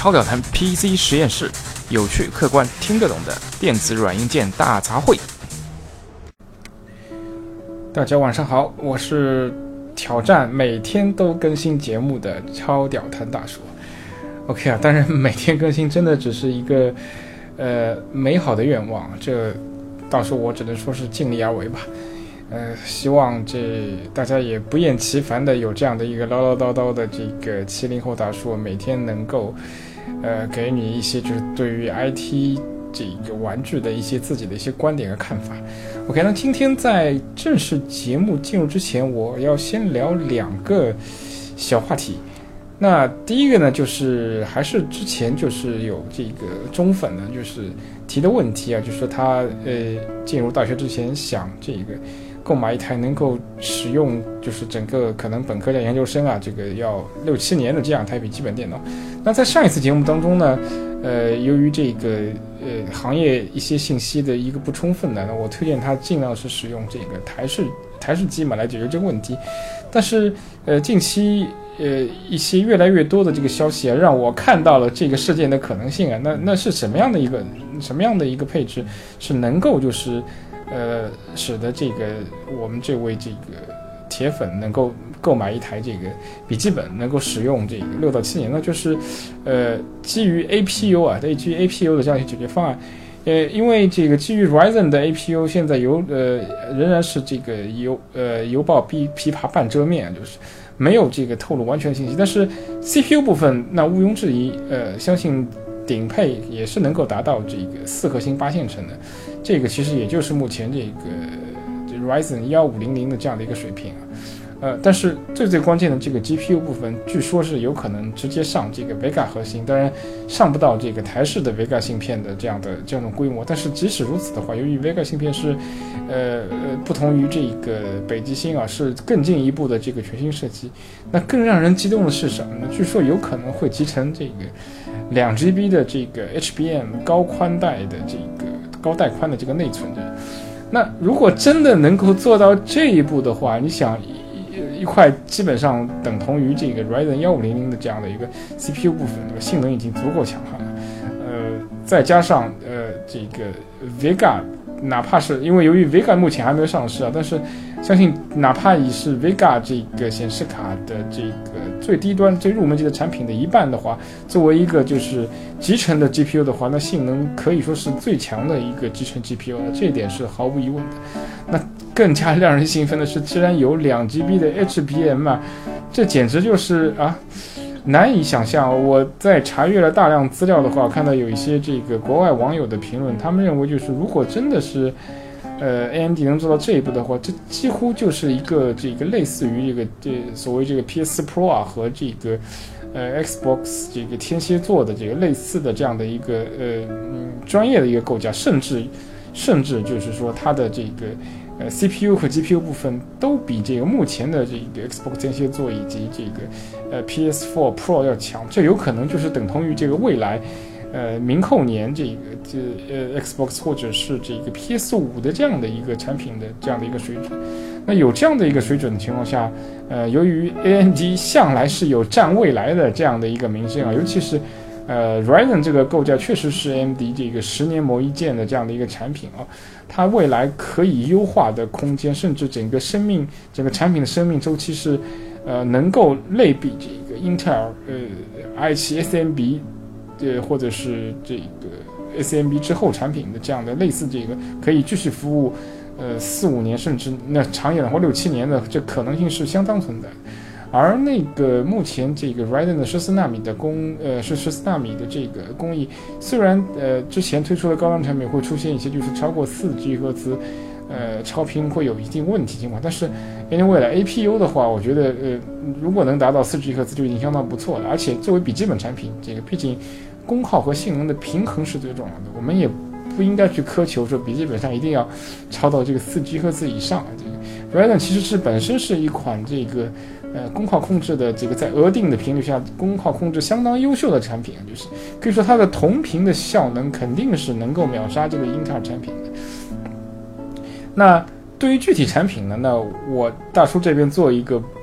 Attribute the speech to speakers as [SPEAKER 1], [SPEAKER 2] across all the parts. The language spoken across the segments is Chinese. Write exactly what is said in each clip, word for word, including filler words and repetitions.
[SPEAKER 1] 超表谈 P C 实验室，有趣客观听得懂的电子软硬件大杂烩。大家晚上好，我是挑战每天都更新节目的超屌谈大叔。OK 啊，当然每天更新真的只是一个呃美好的愿望，这到时候我只能说是尽力而为吧。呃，希望这大家也不厌其烦的有这样的一个唠唠叨叨的这个七零后大叔，每天能够呃给你一些就是对于 I T 这个玩具的一些自己的一些观点和看法。OK， 那今天在正式节目进入之前，我要先聊两个小话题。那第一个呢，就是还是之前就是有这个中粉呢，就是提的问题啊，就是说他呃进入大学之前想这个购买一台能够使用就是整个可能本科加研究生啊，这个要六七年的这样一台笔记本电脑。那在上一次节目当中呢，呃，由于这个呃行业一些信息的一个不充分呢，我推荐他尽量是使用这个台式台式机嘛来解决这个问题。但是呃近期呃一些越来越多的这个消息啊，让我看到了这个事件的可能性啊。那那是什么样的一个什么样的一个配置是能够就是呃，使得这个我们这位这个铁粉能够购买一台这个笔记本，能够使用这个六到七年，那就是呃基于 A P U 啊，基于 A P U 的这样一个解决方案。呃，因为这个基于 Ryzen 的 A P U 现在邮呃仍然是这个邮呃邮报琵琵琶半遮面，就是没有这个透露完全信息。但是 C P U 部分，那毋庸置疑，呃，相信顶配也是能够达到这个四核心八线程的。这个其实也就是目前这个 Ryzen 一五零零的这样的一个水平啊，呃，但是最最关键的这个 G P U 部分，据说是有可能直接上这个 Vega 核心，当然上不到这个台式的 Vega 芯片的这样的这样的规模。但是即使如此的话，由于 Vega 芯片是，呃呃，不同于这个北极星啊，是更进一步的这个全新设计。那更让人激动的是什么呢？据说有可能会集成这个两 G B 的这个 H B M 高宽带的这个。高带宽的这个内存的，那如果真的能够做到这一步的话，你想一一块基本上等同于这个 Ryzen 一五零零的这样的一个 C P U 部分，性能已经足够强悍了。呃，再加上呃这个 Vega， 哪怕是因为由于 Vega 目前还没有上市啊，但是相信哪怕已是 Vega 这个显示卡的这个最低端最入门级的产品的一半的话，作为一个就是集成的 G P U 的话，那性能可以说是最强的一个集成 G P U 了，这一点是毫无疑问的。那更加让人兴奋的是，居然有两 G B 的 H B M 啊，这简直就是啊难以想象。我在查阅了大量资料的话，看到有一些这个国外网友的评论，他们认为就是如果真的是呃 A M D 能做到这一步的话，这几乎就是一个这个类似于这个这所谓这个 P S Pro 啊和这个呃 Xbox 这个天蝎座的这个类似的这样的一个呃嗯专业的一个构架，甚至甚至就是说它的这个呃 C P U 和 G P U 部分都比这个目前的这个 Xbox 天蝎座以及这个呃 P S 四 Pro 要强，这有可能就是等同于这个未来呃明后年这个这呃 Xbox 或者是这个 P S 五 的这样的一个产品的这样的一个水准。那有这样的一个水准的情况下，呃，由于 A M D 向来是有占未来的这样的一个名声啊，尤其是呃 Ryzen 这个构架确实是 A M D 这个十年磨一剑的这样的一个产品啊，它未来可以优化的空间，甚至整个生命整个产品的生命周期是呃能够类比这个英特尔呃 i 七 S M B 呃或者是这个 S M B 之后产品的这样的类似这个可以继续服务呃四五年甚至那长一点的话六七年的这可能性是相当存在的。而那个目前这个 Ryzen 的十四纳米的工呃是十四纳米的这个工艺，虽然呃之前推出的高端产品会出现一些就是超过四 G 赫兹呃超频会有一定问题情况，但是因为为了 A P U 的话，我觉得呃如果能达到四 G 赫兹就已经相当不错了。而且作为笔记本产品，这个毕竟功耗和性能的平衡是最重要的，我们也不应该去苛求说笔记本上一定要超到这个四 G 赫兹以上。这个 Ryzen 其实是本身是一款这个呃功耗控制的这个在额定的频率下功耗控制相当优秀的产品，就是可以说它的同频的效能肯定是能够秒杀这个英特尔产品的。那对于具体产品呢，那我大叔这边做一个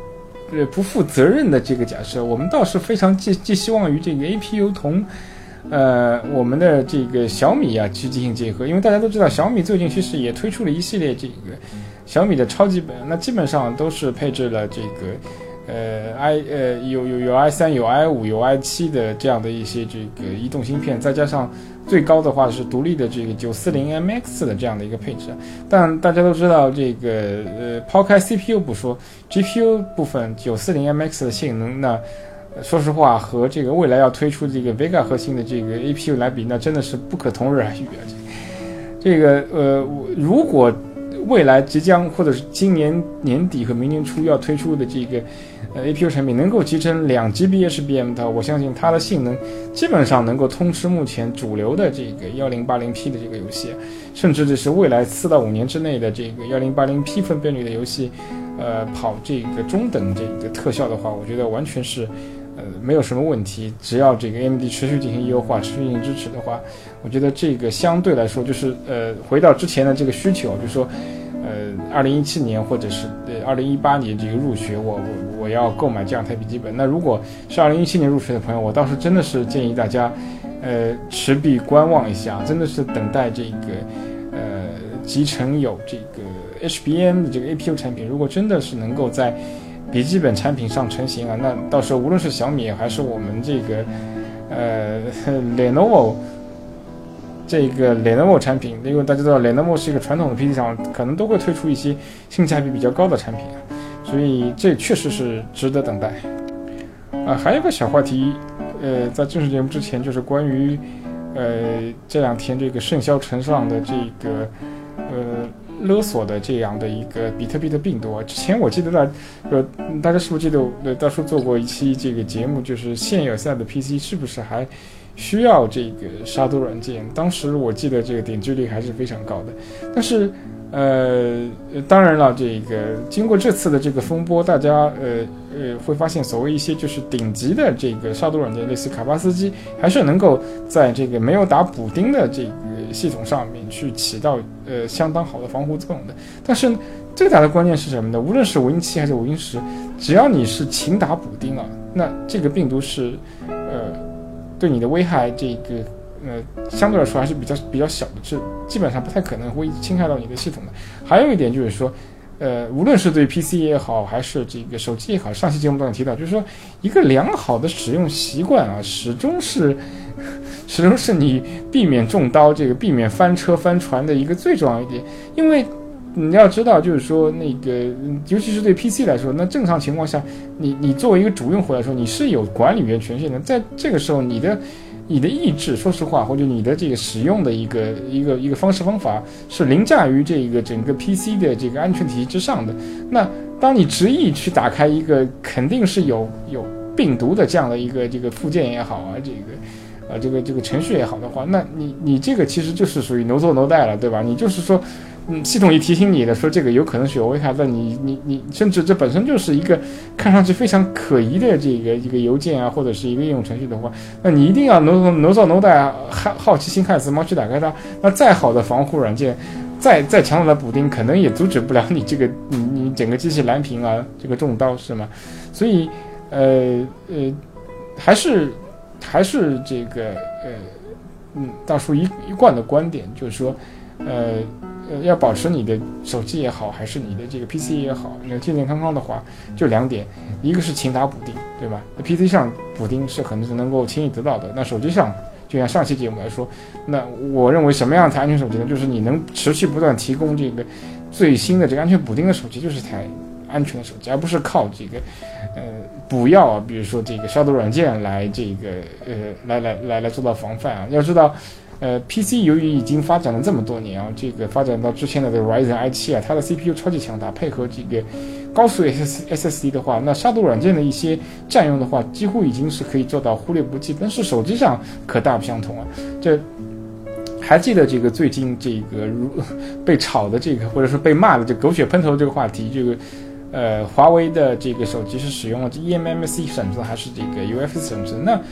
[SPEAKER 1] 呃不负责任的这个假设，我们倒是非常寄寄希望于这个 A P U 同呃我们的这个小米啊去进行结合，因为大家都知道小米最近其实也推出了一系列这个小米的超级本，那基本上都是配置了这个呃 i 呃有有有 i 三有 i 五有 i 七的这样的一些这个移动芯片，再加上最高的话是独立的这个九四零 M X 的这样的一个配置。但大家都知道这个呃抛开 C P U 不说， G P U 部分九四零 M X 的性能，那说实话和这个未来要推出这个 Vega 核心的这个 A P U 来比，那真的是不可同日而语啊。这个呃如果未来即将或者是今年年底和明年初要推出的这个呃 A P U 产品能够集成两 G B H B M 的，我相信它的性能基本上能够通吃目前主流的这个 一零八零 P 的这个游戏，甚至这是未来四到五年之内的这个 一零八零 P 分辨率的游戏，呃跑这个中等这个特效的话，我觉得完全是呃没有什么问题。只要这个 A M D 持续进行优化，持续进行支持的话，我觉得这个相对来说就是呃回到之前的这个需求，就是说呃二零一七年或者是呃二零一八年这个入学，我我我要购买这样台笔记本。那如果是二零一七年入学的朋友，我倒是真的是建议大家呃持币观望一下，真的是等待这个呃集成有这个 H B M 的这个 A P U 产品，如果真的是能够在笔记本产品上成型啊，那到时候无论是小米还是我们这个呃 Lenovo 这个 Lenovo 产品，因为大家知道 Lenovo 是一个传统的 P C 厂，可能都会推出一些性价比比较高的产品啊，所以这确实是值得等待啊。还有一个小话题，呃，在正式节目之前，就是关于呃这两天这个盛嚣尘上的这个呃勒索的这样的一个比特币的病毒啊。之前我记得大呃大家是不是记得呃大叔做过一期这个节目，就是现有下的 P C 是不是还需要这个杀毒软件？当时我记得这个点击率还是非常高的。但是呃当然了，这个经过这次的这个风波，大家呃呃会发现所谓一些就是顶级的这个杀毒软件，类似卡巴斯基，还是能够在这个没有打补丁的这个系统上面去起到呃相当好的防护作用的。但是最大的关键是什么呢？无论是 Win 七还是 Win 十，只要你是勤打补丁啊，那这个病毒是呃对你的危害这个呃相对来说还是比较比较小的，是基本上不太可能会侵害到你的系统的。还有一点就是说呃无论是对 P C 也好还是这个手机也好，上期节目中也提到，就是说一个良好的使用习惯啊，始终是始终是你避免中刀，这个避免翻车翻船的一个最重要一点。因为你要知道，就是说那个尤其是对 P C 来说，那正常情况下你你作为一个主用户来说，你是有管理员权限的。在这个时候，你的你的意志，说实话，或者你的这个使用的一个一个一个方式方法是凌驾于这个整个 P C 的这个安全体系之上的。那当你执意去打开一个肯定是有有病毒的这样的一个这个附件也好啊，这个呃这个这个程序也好的话，那你你这个其实就是属于 no 做 no die 了，对吧？你就是说嗯，系统一提醒你的说这个有可能是有危害，但你你你甚至这本身就是一个看上去非常可疑的这个一个邮件啊，或者是一个应用程序的话，那你一定要 no no 做 no die，好好奇心害死猫去打开它。那再好的防护软件，再再强大的补丁，可能也阻止不了你这个你你整个机器蓝屏啊，这个中刀是吗？所以呃呃，还是还是这个呃嗯，大叔一一贯的观点就是说，呃。呃，要保持你的手机也好，还是你的这个 P C 也好，你健健康康的话，就两点，一个是勤打补丁，对吧？ P C 上补丁是可能是能够轻易得到的，那手机上，就像上期节目来说，那我认为什么样才安全手机呢？就是你能持续不断提供这个最新的这个安全补丁的手机，就是台安全的手机，而不是靠这个呃补药啊，比如说这个消毒软件来这个呃来来来来做到防范啊。要知道。呃 ，P C 由于已经发展了这么多年啊，这个发展到之前的这个 Ryzen i 七啊，它的 C P U 超级强大，配合这个高速 S S D 的话，那杀毒软件的一些占用的话，几乎已经是可以做到忽略不计。但是手机上可大不相同啊。这还记得这个最近这个如被炒的这个，或者说被骂的这狗血喷头这个话题，这个呃，华为的这个手机是使用了 E M M C 审测还是这个 U F C 审测？那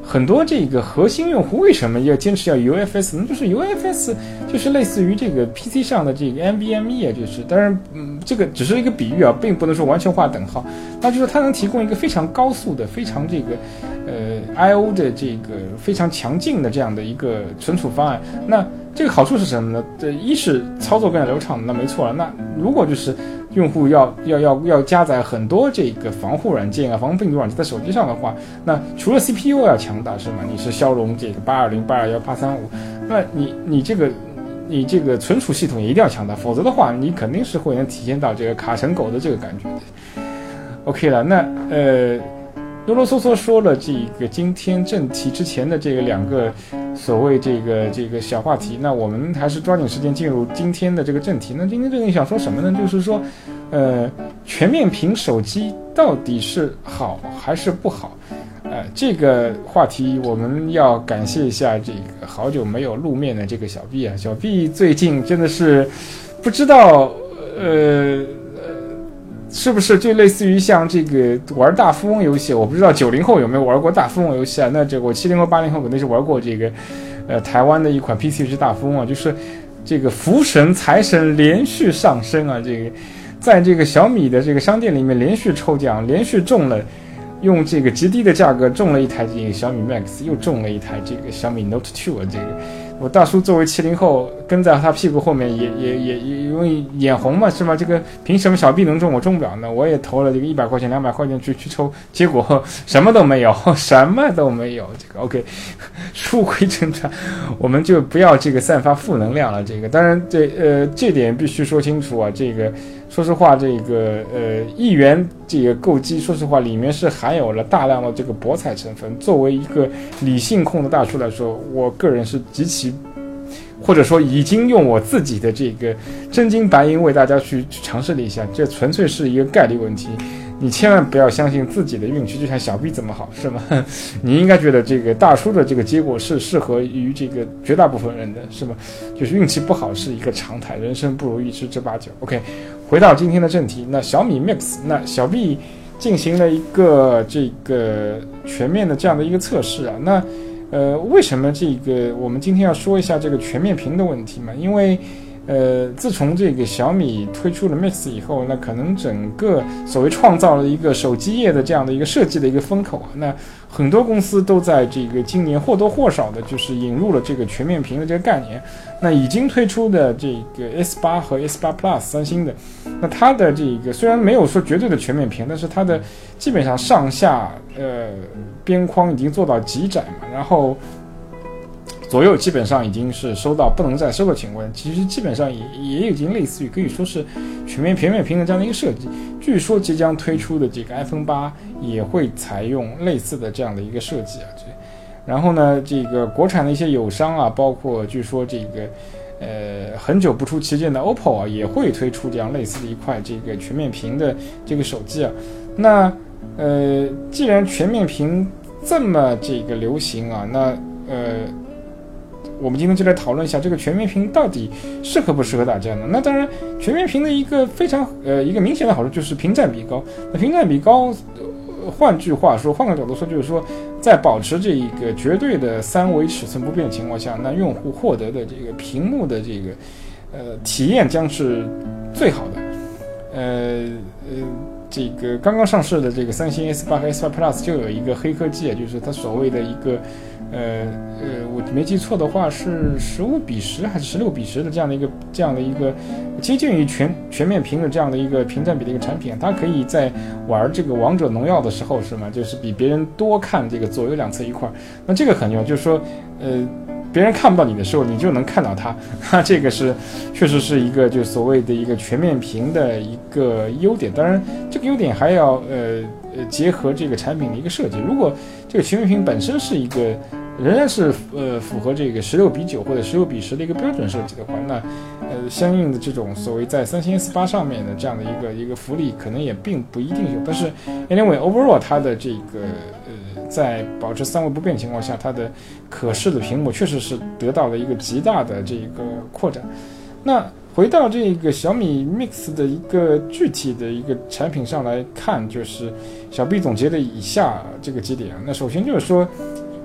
[SPEAKER 1] 很多这个核心用户为什么要坚持要 U F S 呢？就是 U F S 就是类似于这个 P C 上的这个 NVMe 啊，就是当然，嗯，这个只是一个比喻啊，并不能说完全划等号。那就是它能提供一个非常高速的、非常这个呃 I O 的这个非常强劲的这样的一个存储方案。那这个好处是什么呢？这一是操作更加流畅，那没错了。那如果就是用户要要要要加载很多这个防护软件啊、防病毒软件在手机上的话，那除了 C P U 要强大是吗？你是骁龙这个八二零、八二一、八三五，那你你这个你这个存储系统也一定要强大，否则的话，你肯定是会能体现到这个卡成狗的这个感觉的。OK 了，那呃。啰啰嗦嗦说了这个今天正题之前的这个两个所谓这个这个小话题，那我们还是抓紧时间进入今天的这个正题。那今天正题想说什么呢？就是说，呃，全面屏手机到底是好还是不好？呃，这个话题我们要感谢一下这个好久没有露面的这个小 B 啊，小 B 最近真的是不知道呃。是不是就类似于像这个玩大富翁游戏？我不知道九零后有没有玩过大富翁游戏啊？那这个我七零后、八零后肯定是玩过这个，呃，台湾的一款 P C 是大富翁啊，就是这个福神财神连续上升啊，这个在这个小米的这个商店里面连续抽奖，连续中了，用这个极低的价格中了一台这个小米 Max， 又中了一台这个小米 Note 二啊，这个。我大叔作为七零后，跟在他屁股后面也也也也容易眼红嘛，是吧？这个凭什么小 B 能中我中不了呢？我也投了这个一百块钱、两百块钱去去抽，结果什么都没有，什么都没有。这个 OK， 书归正传，我们就不要这个散发负能量了。这个当然这呃这点必须说清楚啊。这个说实话，这个呃一元这个购机，说实话里面是含有了大量的这个博彩成分。作为一个理性控的大叔来说，我个人是极其。或者说已经用我自己的这个真金白银为大家去尝试了一下，这纯粹是一个概率问题，你千万不要相信自己的运气，就像小 B 怎么好是吗？你应该觉得这个大叔的这个结果是适合于这个绝大部分人的，是吗？就是运气不好是一个常态，人生不如意十之八九。 OK， 回到今天的正题，那小米 Mix， 那小 B 进行了一个这个全面的这样的一个测试啊，那呃，为什么这个我们今天要说一下这个全面屏的问题嘛？因为，呃，自从这个小米推出了 Mix 以后，那可能整个所谓创造了一个手机业的这样的一个设计的一个风口啊，那很多公司都在这个今年或多或少的，就是引入了这个全面屏的这个概念。那已经推出的这个 S 八 和 S 八 Plus 三星的，那它的这个虽然没有说绝对的全面屏，但是它的基本上上下呃边框已经做到极窄嘛，然后左右基本上已经是收到不能再收的情况，其实基本上也也已经类似于可以说是全面全面屏的这样的一个设计。据说即将推出的这个 iPhone 八也会采用类似的这样的一个设计啊。然后呢，这个国产的一些友商啊，包括据说这个呃很久不出旗舰的 O P P O 啊，也会推出这样类似的一块这个全面屏的这个手机啊。那呃，既然全面屏这么这个流行啊，那呃。我们今天就来讨论一下这个全面屏到底适合不适合大家呢？那当然，全面屏的一个非常呃一个明显的好处就是屏占比高。那屏占比高，呃、换句话说，换个角度说，就是说，在保持这一个绝对的三维尺寸不变的情况下，那用户获得的这个屏幕的这个呃体验将是最好的。呃呃。这个刚刚上市的这个三星 S 八 和 S 八 Plus 就有一个黑科技啊，就是它所谓的一个，呃呃，我没记错的话是十五比十还是十六比十的这样的一个这样的一个接近于全全面屏的这样的一个屏占比的一个产品，它可以在玩这个王者荣耀的时候是吗？就是比别人多看这个左右两侧一块，那这个很重要，就是说，呃。别人看不到你的时候，你就能看到它，哈，这个是确实是一个就所谓的一个全面屏的一个优点。当然，这个优点还要呃呃结合这个产品的一个设计。如果这个全面屏本身是一个仍然是呃符合这个十六比九或者十六比十的一个标准设计的话，那呃相应的这种所谓在三星 S 八上面的这样的一个一个福利，可能也并不一定有。但是 anyway overall 它的这个呃在保持三维不变情况下，它的可视的屏幕确实是得到了一个极大的这个扩展。那回到这个小米 Mix 的一个具体的一个产品上来看，就是小 B 总结了以下这个几点。那首先就是说，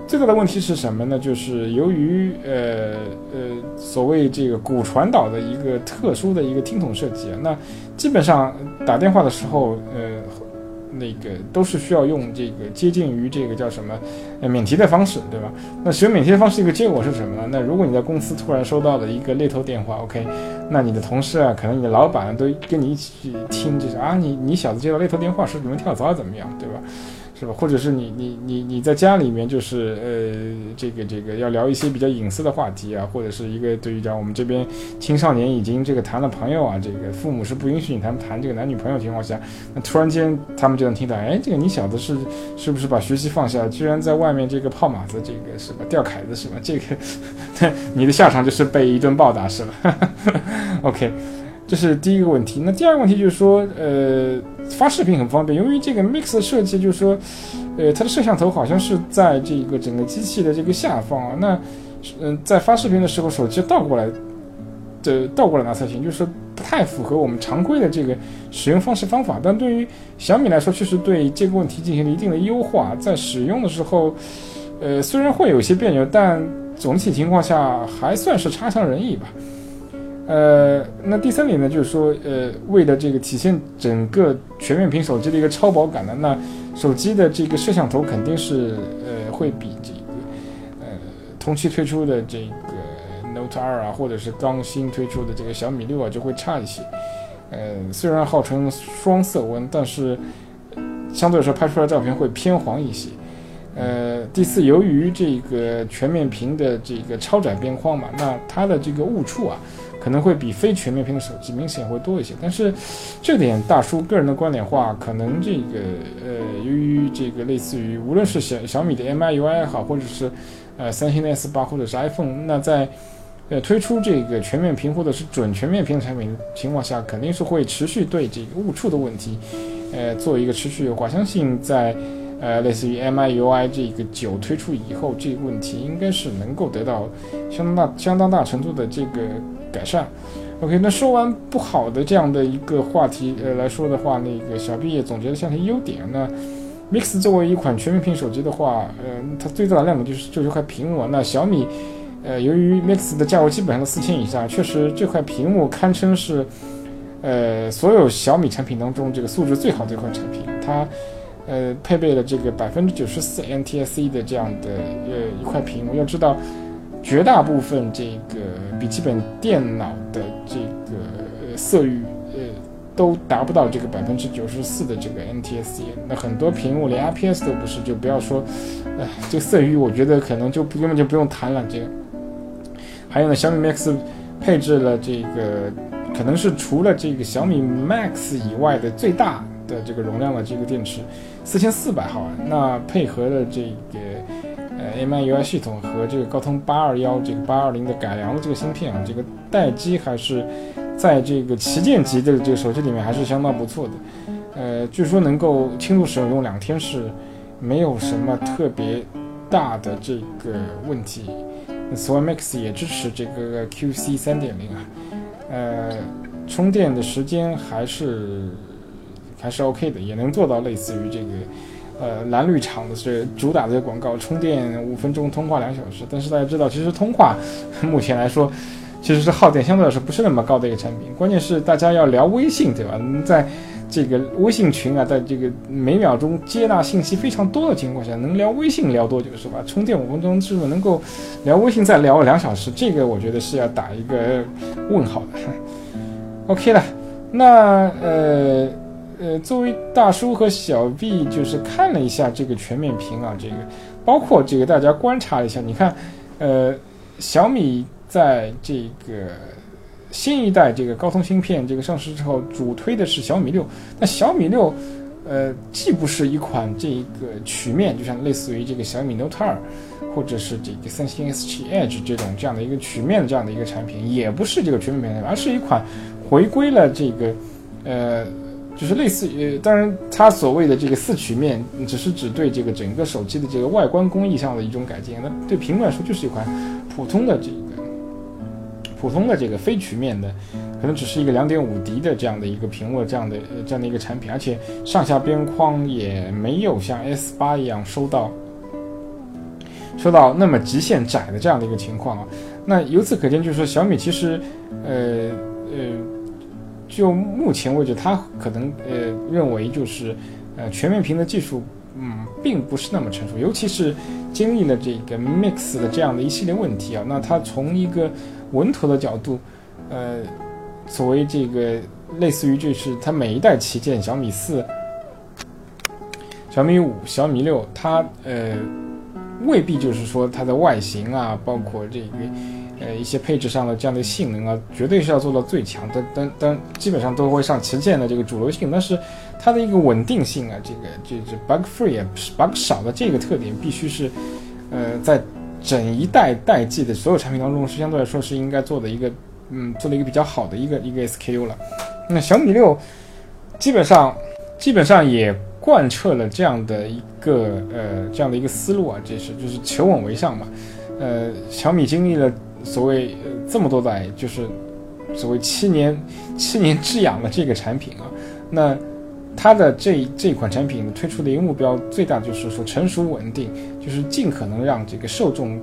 [SPEAKER 1] 最大的问题是什么呢？就是由于呃呃所谓这个骨传导的一个特殊的一个听筒设计啊，那基本上打电话的时候，呃，那个都是需要用这个接近于这个叫什么呃免提的方式，对吧？那使用免提的方式一个结果是什么呢？那如果你在公司突然收到了一个猎头电话 ，OK， 那你的同事啊，可能你的老板都跟你一起听，就是啊，你你小子接到猎头电话是你们跳槽怎么样，对吧？是吧？或者是你你你你在家里面就是呃这个这个要聊一些比较隐私的话题啊，或者是一个对于讲我们这边青少年已经这个谈了朋友啊，这个父母是不允许你谈谈这个男女朋友情况下，那突然间他们就能听到，哎，这个你小子是是不是把学习放下，居然在外面这个泡马子，这个是吧？钓凯子是吧？这个你的下场就是被一顿暴打是吧？OK。这是第一个问题。那第二个问题就是说，呃，发视频很方便，由于这个 Mix 的设计，就是说，呃，它的摄像头好像是在这个整个机器的这个下方啊。那，嗯、呃，在发视频的时候，手机倒过来的倒过来拿才行，就是不太符合我们常规的这个使用方式方法。但对于小米来说，确实对这个问题进行了一定的优化，在使用的时候，呃，虽然会有些别扭，但总体情况下还算是差强人意吧。呃，那第三点呢，就是说，呃，为了这个体现整个全面屏手机的一个超薄感呢，那手机的这个摄像头肯定是呃会比这个呃同期推出的这个 Note 二啊，或者是刚新推出的这个小米六啊就会差一些。呃，虽然号称双色温，但是相对来说拍出来的照片会偏黄一些。呃，第四，由于这个全面屏的这个超窄边框嘛，那它的这个误触啊，可能会比非全面屏的手机明显会多一些。但是这点大叔个人的观点话，可能这个呃，由于这个类似于无论是小小米的 M I U I 也好，或者是呃三星的 S 八 或者是 iPhone， 那在呃推出这个全面屏或者是准全面屏产品的情况下，肯定是会持续对这个误触的问题，呃，做一个持续优化。相信在呃，类似于 M I U I 这个九推出以后，这个问题应该是能够得到相当大、相当大程度的这个改善。OK， 那说完不好的这样的一个话题，呃来说的话，那个小毕也总结了像些优点。那 Mix 作为一款全面屏手机的话，呃，它最大的亮点就是就这块屏幕。那小米，呃，由于 Mix 的价位基本上都四千以下，确实这块屏幕堪称是，呃，所有小米产品当中这个素质最好的一款产品。它呃，配备了这个百分之九十四 N T S C 的这样的呃一块屏幕。要知道，绝大部分这个笔记本电脑的这个、呃、色域呃都达不到这个百分之九十四的这个 N T S C。那很多屏幕连 I P S 都不是，就不要说，呃，这个色域我觉得可能就根本就不用谈了。这个还有呢，小米 Max 配置了这个可能是除了这个小米 Max 以外的最大的这个容量的这个电池。四千四百毫安，那配合了这个呃 M I U I 系统和这个高通八二一这个八二零的改良的这个芯片啊，这个待机还是在这个旗舰级的这个手机里面还是相当不错的。呃，据说能够轻度使用用两天是没有什么特别大的这个问题。此外 Max 也支持这个 Q C 三点零 啊，呃，充电的时间还是。还是 OK 的，也能做到类似于这个，呃，蓝绿厂的是主打的这个广告，充电五分钟，通话两小时。但是大家知道，其实通话目前来说，其实是耗电相对来说不是那么高的一个产品。关键是大家要聊微信，对吧？在这个微信群啊，在这个每秒钟接纳信息非常多的情况下，能聊微信聊多久是吧？充电五分钟是不是能够聊微信再聊两小时？这个我觉得是要打一个问号的。OK 了，那呃。呃，作为大叔和小 B， 就是看了一下这个全面屏啊，这个包括这个大家观察一下，你看，呃，小米在这个新一代这个高通芯片这个上市之后，主推的是小米六。那小米六，呃，既不是一款这个曲面，就像类似于这个小米 Note 二，或者是这个三星 S 七 Edge 这种这样的一个曲面的这样的一个产品，也不是这个全面屏，而是一款回归了这个，呃。就是类似于，当然，它所谓的这个四曲面，只是指对这个整个手机的这个外观工艺上的一种改进。那对屏幕来说，就是一款普通的这个普通的这个非曲面的，可能只是一个 两点五 D 的这样的一个屏幕这样的这样的一个产品，而且上下边框也没有像 S 八 一样收到说到那么极限窄的这样的一个情况啊。那由此可见，就是说小米其实，呃呃，就目前为止，它可能呃认为就是呃全面屏的技术，嗯，并不是那么成熟，尤其是经历了这个 Mix 的这样的一系列问题啊，那它从一个稳妥的角度，呃，所谓这个类似于就是它每一代旗舰，小米四、小米五、小米六，它呃。未必就是说它的外形啊，包括这个呃一些配置上的这样的性能啊，绝对是要做到最强，但但但基本上都会上旗舰的这个主流性，但是它的一个稳定性啊，这个这这 bug free 啊 bug 少的这个特点，必须是呃在整一代代际的所有产品当中，是相对来说是应该做的一个嗯做的一个比较好的一个一个 S K U 了。那小米六基本上基本上也贯彻了这样的一个呃这样的一个思路啊，这是就是求稳为上嘛。呃，小米经历了所谓、呃、这么多代，就是所谓七年七年之痒的这个产品啊，那它的这这款产品推出的一个目标最大就是说成熟稳定，就是尽可能让这个受众。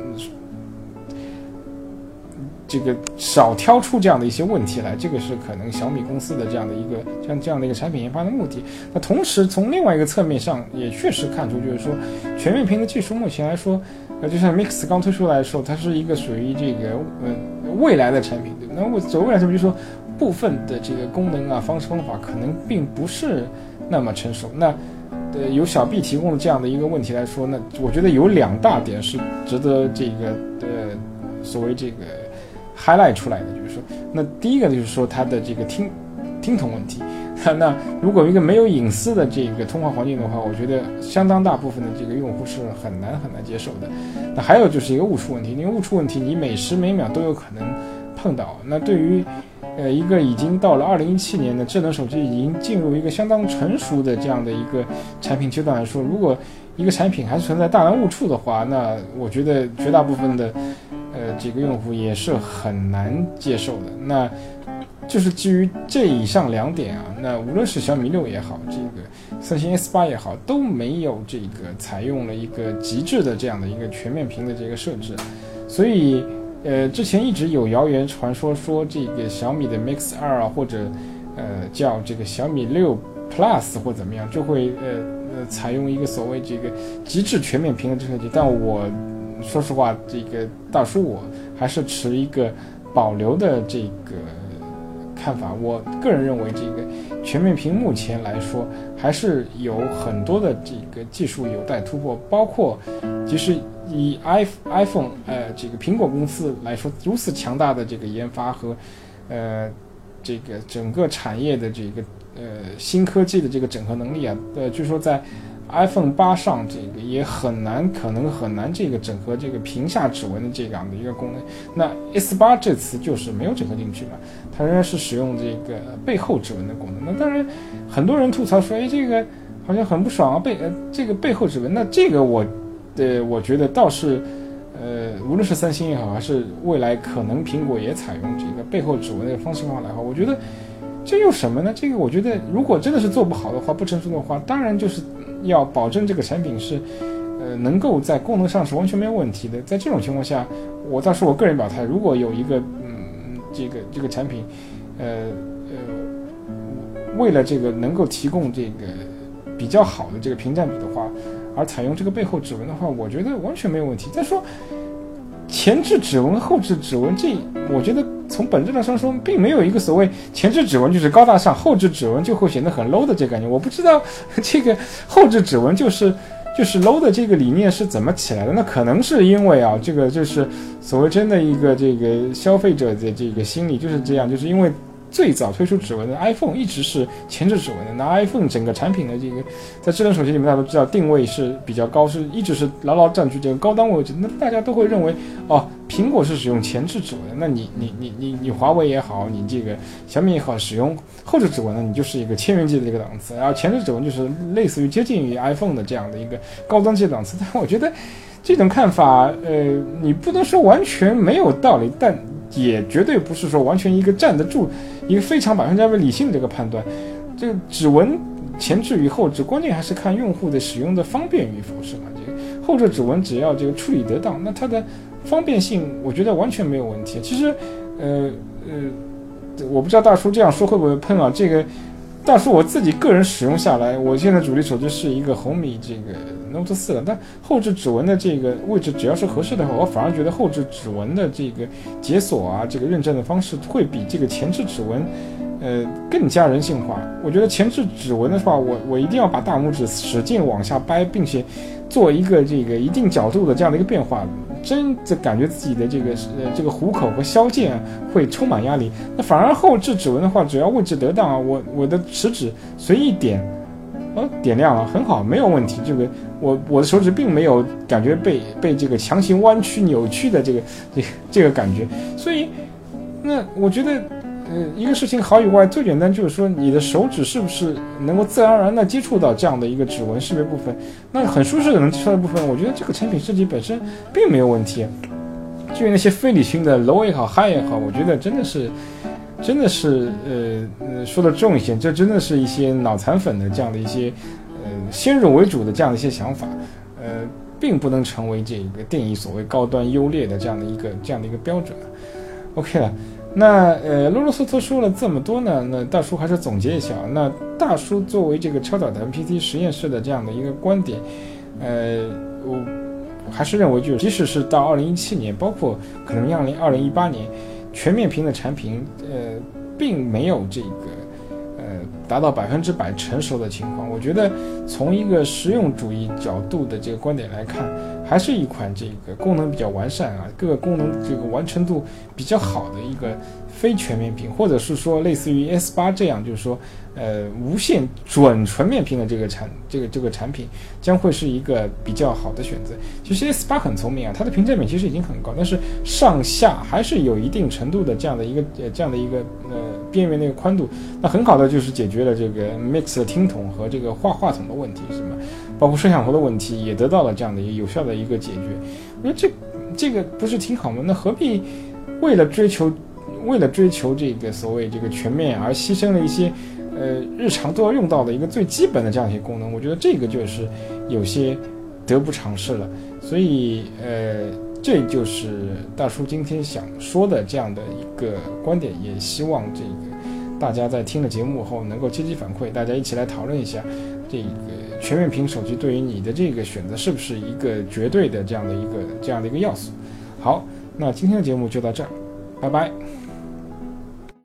[SPEAKER 1] 这个少挑出这样的一些问题来，这个是可能小米公司的这样的一个这样这样的一个产品研发的目的。那同时从另外一个侧面上也确实看出，就是说全面屏的技术目前来说，呃，就像 Mix 刚推出来的时候，它是一个属于这个呃未来的产品，对吧？那我走未来产品，就是说部分的这个功能啊、方式方法可能并不是那么成熟。那呃，由小 B 提供的这样的一个问题来说，那我觉得有两大点是值得这个呃所谓这个。highlight 出来的，就是说，那第一个就是说它的这个听听筒问题。那如果一个没有隐私的这个通话环境的话，我觉得相当大部分的这个用户是很难很难接受的。那还有就是一个误触问题，因为误触问题你每时每秒都有可能碰到。那对于呃一个已经到了二零一七年的智能手机已经进入一个相当成熟的这样的一个产品阶段来说，如果一个产品还是存在大量误触的话，那我觉得绝大部分的呃，这个用户也是很难接受的。那就是基于这以上两点啊，那无论是小米六也好，这个三星 S 八 也好，都没有这个采用了一个极致的这样的一个全面屏的这个设置。所以，呃，之前一直有谣言传说说这个小米的 Mix 二啊，或者呃叫这个小米六 Plus 或怎么样，就会呃呃采用一个所谓这个极致全面屏的这个设计，但我。说实话，这个大叔我还是持一个保留的这个看法。我个人认为，这个全面屏目前来说还是有很多的这个技术有待突破，包括即使以 iPhone 呃这个苹果公司来说，如此强大的这个研发和呃这个整个产业的这个呃新科技的这个整合能力啊，呃，据说在iPhone 八上这个也很难，可能很难这个整合这个屏下指纹的这样的一个功能。那 S 八 这次就是没有整合进去嘛，它仍然是使用这个背后指纹的功能。那当然，很多人吐槽说，哎，这个好像很不爽啊，背呃这个背后指纹。那这个我，呃，我觉得倒是，呃，无论是三星也好，还是未来可能苹果也采用这个背后指纹的方式方法来好，我觉得这有什么呢？这个我觉得，如果真的是做不好的话，不成熟的话，当然就是。要保证这个产品是，呃，能够在功能上是完全没有问题的。在这种情况下，我倒是我个人表态，如果有一个，嗯，这个这个产品，呃呃，为了这个能够提供这个比较好的这个屏占比的话，而采用这个背后指纹的话，我觉得完全没有问题。再说，前置指纹、后置指纹，这我觉得从本质上说，并没有一个所谓前置指纹就是高大上，后置指纹就会显得很 low 的这个感觉。我不知道这个后置指纹就是就是 low 的这个理念是怎么起来的。那可能是因为啊，这个就是所谓真的一个这个消费者的这个心理就是这样，就是因为最早推出指纹的 iPhone 一直是前置指纹的，那 iPhone 整个产品的这个在智能手机里面大家都知道定位是比较高，是一直是牢牢占据这个高端位置。那大家都会认为哦，苹果是使用前置指纹的，那你你你你你华为也好，你这个小米也好，使用后置指纹呢，你就是一个千元机的这个档次，然后前置指纹就是类似于接近于 iPhone 的这样的一个高端机的档次。但我觉得这种看法，呃，你不能说完全没有道理，但也绝对不是说完全一个站得住、一个非常百分之百理性的这个判断。这个指纹前置与后置，关键还是看用户的使用的方便与否，是吗？这个后置指纹只要这个处理得当，那它的方便性我觉得完全没有问题。其实，呃呃，我不知道大叔这样说会不会喷啊？这个大叔我自己个人使用下来，我现在主力手机是一个红米这个 Note 四的，但后置指纹的这个位置只要是合适的话，我反而觉得后置指纹的这个解锁啊，这个认证的方式会比这个前置指纹。呃，更加人性化。我觉得前置指纹的话，我我一定要把大拇指使劲往下掰，并且做一个这个一定角度的这样的一个变化，真的感觉自己的这个呃这个虎口和削剑、啊、会充满压力。那反而后置指纹的话，只要位置得当啊，我我的食指随意点，哦，点亮了，很好，没有问题。这个我我的手指并没有感觉被被这个强行弯曲扭曲的这个这个这个感觉，所以那我觉得。呃，一个事情好与坏，最简单就是说你的手指是不是能够自然而然的接触到这样的一个指纹识别部分，那很舒适的能接触到的部分，我觉得这个产品设计本身并没有问题。至于那些非理性的 low 也好 high 也好，我觉得真的是真的是呃呃说的重一些，这真的是一些脑残粉的这样的一些呃先入为主的这样的一些想法，呃并不能成为这个定义所谓高端优劣的这样的一个这样的一个标准。OK 了。那呃，啰啰嗦嗦说了这么多呢，那大叔还是总结一下。那大叔作为这个超导的 M P C 实验室的这样的一个观点，呃，我还是认为，就是即使是到二零一七年，包括可能二零二零一八年，全面屏的产品，呃，并没有这个呃达到百分之百成熟的情况。我觉得从一个实用主义角度的这个观点来看，还是一款这个功能比较完善啊，各个功能这个完成度比较好的一个非全面屏，或者是说类似于 S 八 这样，就是说呃无线准纯面屏的这个产这个这个产品将会是一个比较好的选择。其实 S 八 很聪明啊，它的屏占比其实已经很高，但是上下还是有一定程度的这样的一个呃这样的一个呃边缘的一个宽度，那很好的就是解决了这个 Mix 的听筒和这个话话筒的问题，是吗？包括摄像头的问题也得到了这样的一个有效的一个解决。我觉得这这个不是挺好吗？那何必为了追求为了追求这个所谓这个全面而牺牲了一些呃日常都要用到的一个最基本的这样一些功能？我觉得这个就是有些得不偿失了。所以呃这就是大叔今天想说的这样的一个观点，也希望这个大家在听了节目后能够积极反馈，大家一起来讨论一下这个全面屏手机对于你的这个选择是不是一个绝对的这样的一个这样的一个要素。好，那今天的节目就到这儿，拜拜。